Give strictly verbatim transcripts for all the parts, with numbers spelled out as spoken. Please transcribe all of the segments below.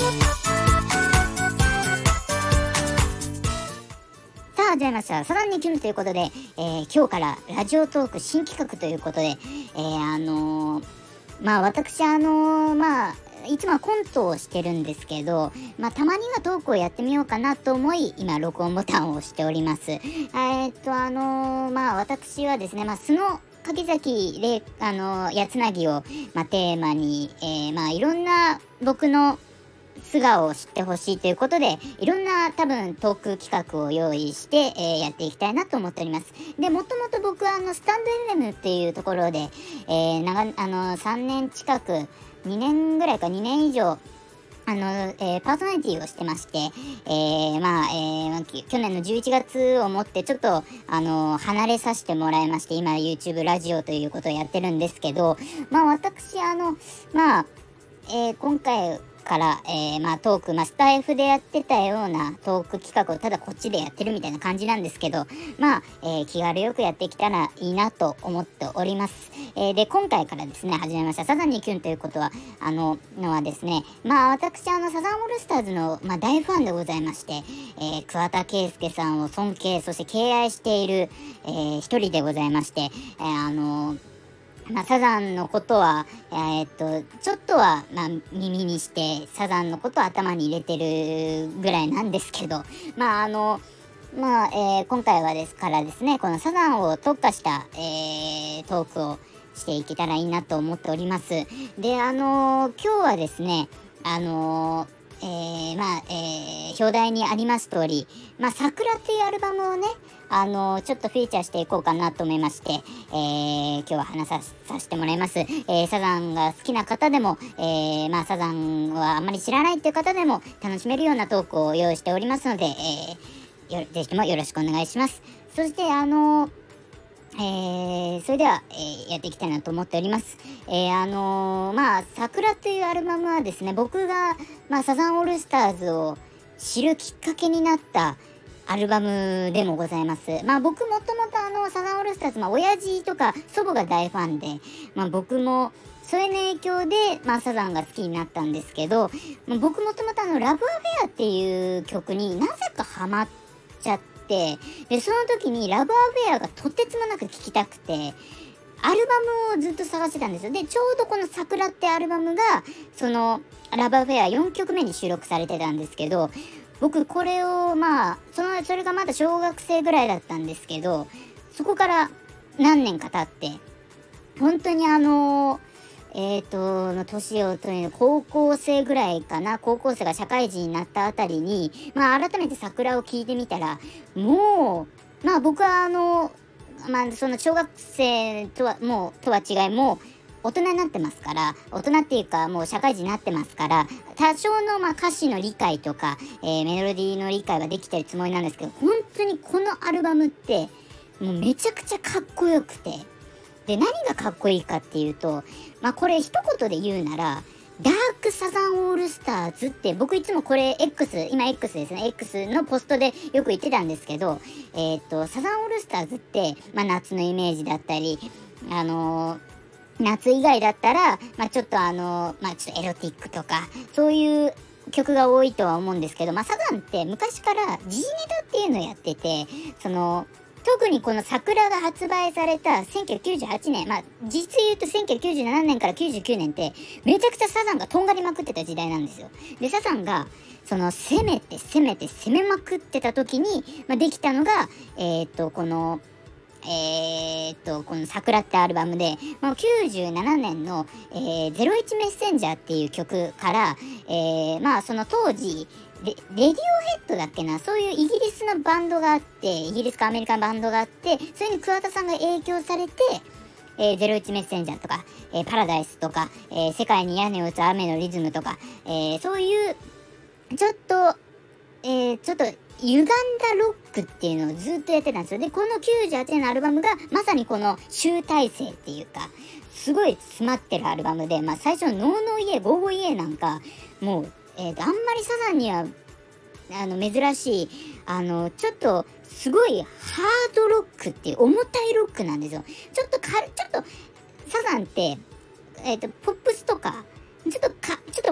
始めました。サザンにキュンということで、えー、今日からラジオトーク新企画ということで、えー、あのー、まあ私あのー、まあいつもはコントをしてるんですけど、まあたまにはトークをやってみようかなと思い、今録音ボタンを押しております。えー、っとあのー、まあ私はですね、まあ素の柿崎であのー、やつなぎを、まあ、テーマに、えー、まあいろんな僕の素顔を知ってほしいということで、いろんな多分トーク企画を用意して、えー、やっていきたいなと思っております。で、もともと僕はあのスタンド エフエム っていうところで、えー、長あのさんねん近く、にねんぐらいかにねん以上、あの、えー、パーソナリティをしてまして、えー、まあ、えー、去年のじゅういちがつをもってちょっと、あの、離れさせてもらいまして、今 YouTube ラジオということをやってるんですけど、まあ私、あの、まあ、えー、今回、から、えー、まあトーク、まあスタイフでやってたようなトーク企画をただこっちでやってるみたいな感じなんですけど、まあ、えー、気軽よくやってきたらいいなと思っております。えー、で、今回からですね、始めましたサザンにキュンということは、あの、のはですね、まあ私、あの、サザンオールスターズの、まあ、大ファンでございまして、えー、桑田佳祐さんを尊敬、そして敬愛している、えー、一人でございまして、えー、あのまあ、サザンのことは、えー、っと、ちょっとは、まあ、耳にして、サザンのことを頭に入れてるぐらいなんですけど、まあ、あの、まあ、えー、今回はですからですね、このサザンを特化した、えー、トークをしていけたらいいなと思っております。で、あのー、今日はですね、あのー、えー、まあ、えー、表題にあります通り、まあ、桜っていうアルバムをね、あのー、ちょっとフィーチャーしていこうかなと思いまして、えー、今日は話ささせてもらいます。えー、サザンが好きな方でも、えー、まあ、サザンはあんまり知らないっていう方でも楽しめるようなトークを用意しておりますので、えー、よぜひともよろしくお願いします。そして、あのーえー、それでは、えー、やっていきたいなと思っております。えー、あのー、まあ、桜というアルバムはですね、僕が、まあ、サザンオールスターズを知るきっかけになったアルバムでもございます。まあ、僕もともとあの、サザンオールスターズ、まあ、親父とか祖母が大ファンで、まあ、僕も、それの影響で、まあ、サザンが好きになったんですけど、まあ、僕もともとあの、ラブアフェアっていう曲になぜかハマっちゃって、でその時にラブアフェアがとてつもなく聴きたくてアルバムをずっと探してたんですよ。でちょうどこの桜ってアルバムがそのラブアフェアよんきょくめに収録されてたんですけど、僕これをまあそのそれがまだ小学生ぐらいだったんですけど、そこから何年か経って本当にあのえーと、の年をという高校生ぐらいかな、高校生が社会人になったあたりに、まあ改めて桜を聴いてみたら、もう、まあ僕はあの、まあその小学生とは、もう、とは違い、もう大人になってますから、大人っていうかもう社会人になってますから、多少のまあ歌詞の理解とか、えー、メロディーの理解はできてるつもりなんですけど、本当にこのアルバムって、もうめちゃくちゃかっこよくて、で何がかっこいいかっていうと、まあこれ一言で言うならダークサザンオールスターズって、僕いつもこれ X 今 X ですね X のポストでよく言ってたんですけど、えっとサザンオールスターズって、まあ、夏のイメージだったり、あのー、夏以外だったら、まあ、ちょっとあのー、まあちょっとエロティックとかそういう曲が多いとは思うんですけど、まあサザンって昔から時事ネタっていうのをやってて、その特にこの桜が発売されたせんきゅうひゃくきゅうじゅうはちねん、まあ実言うとせんきゅうひゃくきゅうじゅうななねんからきゅうじゅうきゅうねんってめちゃくちゃサザンがとんがりまくってた時代なんですよ。でサザンがその攻めて攻めて攻めまくってた時に、まあ、できたのがえー、っとこのえー、っとこの桜ってアルバムで、まあ、きゅうじゅうななねんの、えー、ゼロイチメッセンジャーっていう曲から、えー、まあその当時レ, レディオヘッドだっけな、そういうイギリスのバンドがあって、イギリスかアメリカのバンドがあって、それに桑田さんが影響されて、えー、ゼロイチメッセンジャーとか、えー、パラダイスとか、えー、世界に屋根を打つ雨のリズムとか、えー、そういうちょっと、えー、ちょっと歪んだロックっていうのをずっとやってたんですよ。でこのきゅうじゅうはちねんのアルバムがまさにこの集大成っていうか、すごい詰まってるアルバムで、まあ最初のノーノーイエーゴーゴーイエーなんかもうえー、とあんまりサザンにはあの珍しいあのちょっとすごいハードロックっていう重たいロックなんですよ。ちょっとかちょっとサザンって、えー、とポップスとかちょっとかちょっと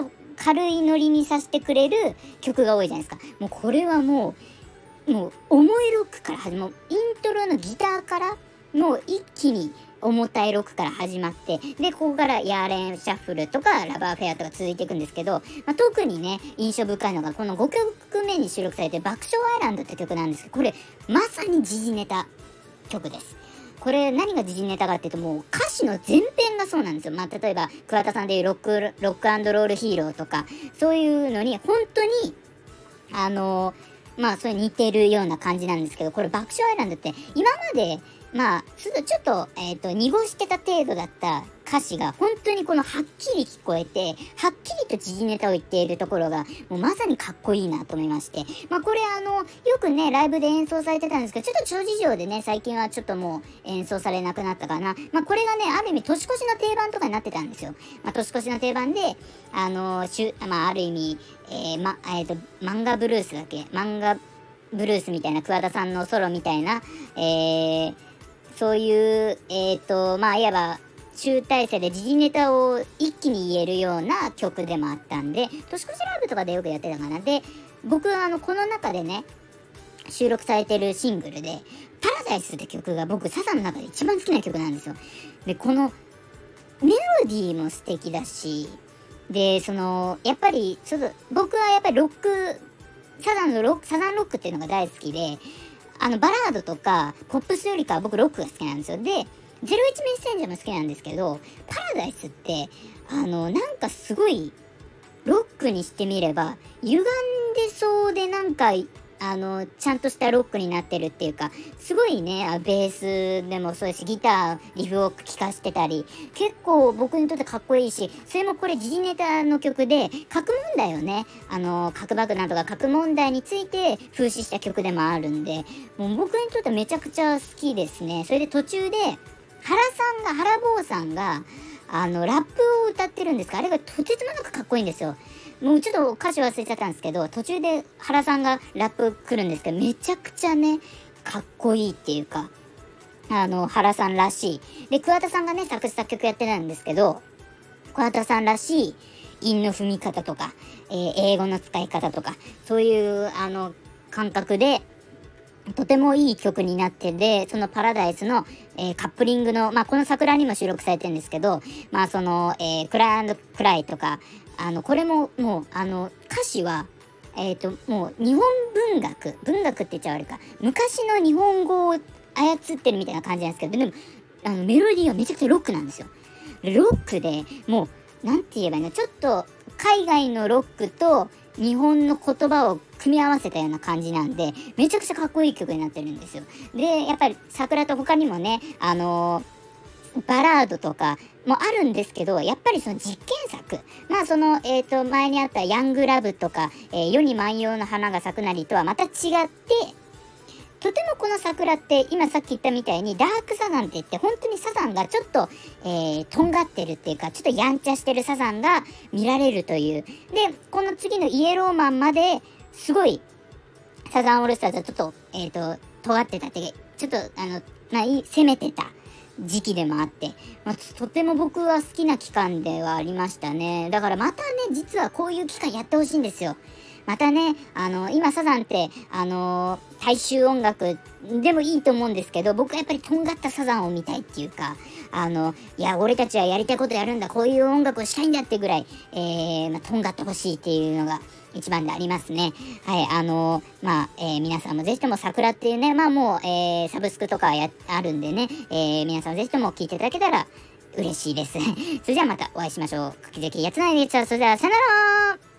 軽いノリにさせてくれる曲が多いじゃないですか。もうこれはもうもう重いロックから始まる、イントロのギターからもう一気に重たいロックから始まって、でここからヤーレンシャッフルとかラバーフェアとか続いていくんですけど、まあ、特にね印象深いのがこのごきょくめに収録されてる爆笑アイランドって曲なんですけど、これまさに時事ネタ曲です。これ何が時事ネタかっていうと、もう歌詞の全編がそうなんですよ。まあ例えば桑田さんでいうロックロックアンドロールヒーローとか、そういうのに本当にあのー、まあそれ似てるような感じなんですけど、これ爆笑アイランドって今までまあちょっと、えっと、濁してた程度だった歌詞が本当にこのはっきり聞こえて、はっきりと時事ネタを言っているところがもうまさにかっこいいなと思いまして、まあこれあのよくねライブで演奏されてたんですけど、ちょっと諸事情でね最近はちょっともう演奏されなくなったかな。まあこれがねある意味年越しの定番とかになってたんですよ。まあ年越しの定番であのしゅ、まあ、ある意味、えーまえーと漫画ブルースだっけ漫画ブルースみたいな桑田さんのソロみたいな、えーそういう、えっと、まあ、いわば、集大成で時事ネタを一気に言えるような曲でもあったんで、年越しライブとかでよくやってたかな。で、僕はあの、この中でね、収録されてるシングルで、パラダイスって曲が僕、サザンの中で一番好きな曲なんですよ。で、この、メロディーも素敵だし、で、その、やっぱり、ちょっと、僕はやっぱりロック、サザンのロック、サザンロックっていうのが大好きで、あのバラードとかポップスよりかは僕ロックが好きなんですよ。でゼロイチメッセンジャーも好きなんですけど、パラダイスってあのなんかすごいロックにしてみれば歪んでそうで、なんかあのちゃんとしたロックになってるっていうか、すごいねベースでもそうですし、ギターリフを聴かせてたり、結構僕にとってかっこいいし、それもこれ時事ネタの曲で核問題をね、あの核爆弾とか核問題について風刺した曲でもあるんで、もう僕にとってめちゃくちゃ好きですね。それで途中で原さんが原坊さんがあのラップを歌ってるんですが、あれがとてつもなくかっこいいんですよ。もうちょっと歌詞忘れちゃったんですけど、途中で原さんがラップ来るんですけど、めちゃくちゃねかっこいいっていうか、あの原さんらしい。で桑田さんがね作詞作曲やってたんですけど、桑田さんらしい韻の踏み方とか、えー、英語の使い方とか、そういうあの感覚でとてもいい曲になってで、そのパラダイスの、えー、カップリングの、まあ、この桜にも収録されてるんですけど、まあその、えー、クライクライとか、あのこれももうあの歌詞はえっともう日本文学文学って言っちゃ悪いか、昔の日本語を操ってるみたいな感じなんですけど、でもあのメロディーはめちゃくちゃロックなんですよ。ロックでもうなんて言えばいいの、ちょっと海外のロックと日本の言葉を組み合わせたような感じなんで、めちゃくちゃかっこいい曲になってるんですよ。でやっぱり桜と他にもね、あのー、バラードとかもあるんですけど、やっぱりその実験作、まあそのえっと前にあったヤングラブとか、えー、世に万葉の花が咲くなりとはまた違って、とてもこの桜って今さっき言ったみたいにダークサザンって言って、本当にサザンがちょっと、えー、とんがってるっていうか、ちょっとやんちゃしてるサザンが見られるという。でこの次のイエローマンまですごいサザンオールスターズはちょっとえっと尖ってたって、ちょっとあのまあ攻めてた時期でもあって、まあ、とても僕は好きな期間ではありましたね。だからまたね、実はこういう期間やってほしいんですよ。またね、あの今サザンってあの大衆音楽でもいいと思うんですけど、僕はやっぱりとんがったサザンを見たいっていうか、あのいや俺たちはやりたいことやるんだ、こういう音楽をしたいんだってぐらい、えーまあ、とんがってほしいっていうのが一番でありますね。はい、あのまあ、えー、皆さんもぜひとも桜っていうね、まあもう、えー、サブスクとかやあるんでね、えー、皆さんぜひとも聴いていただけたら嬉しいです。それではまたお会いしましょう。柿崎やつないです。それではさよなら。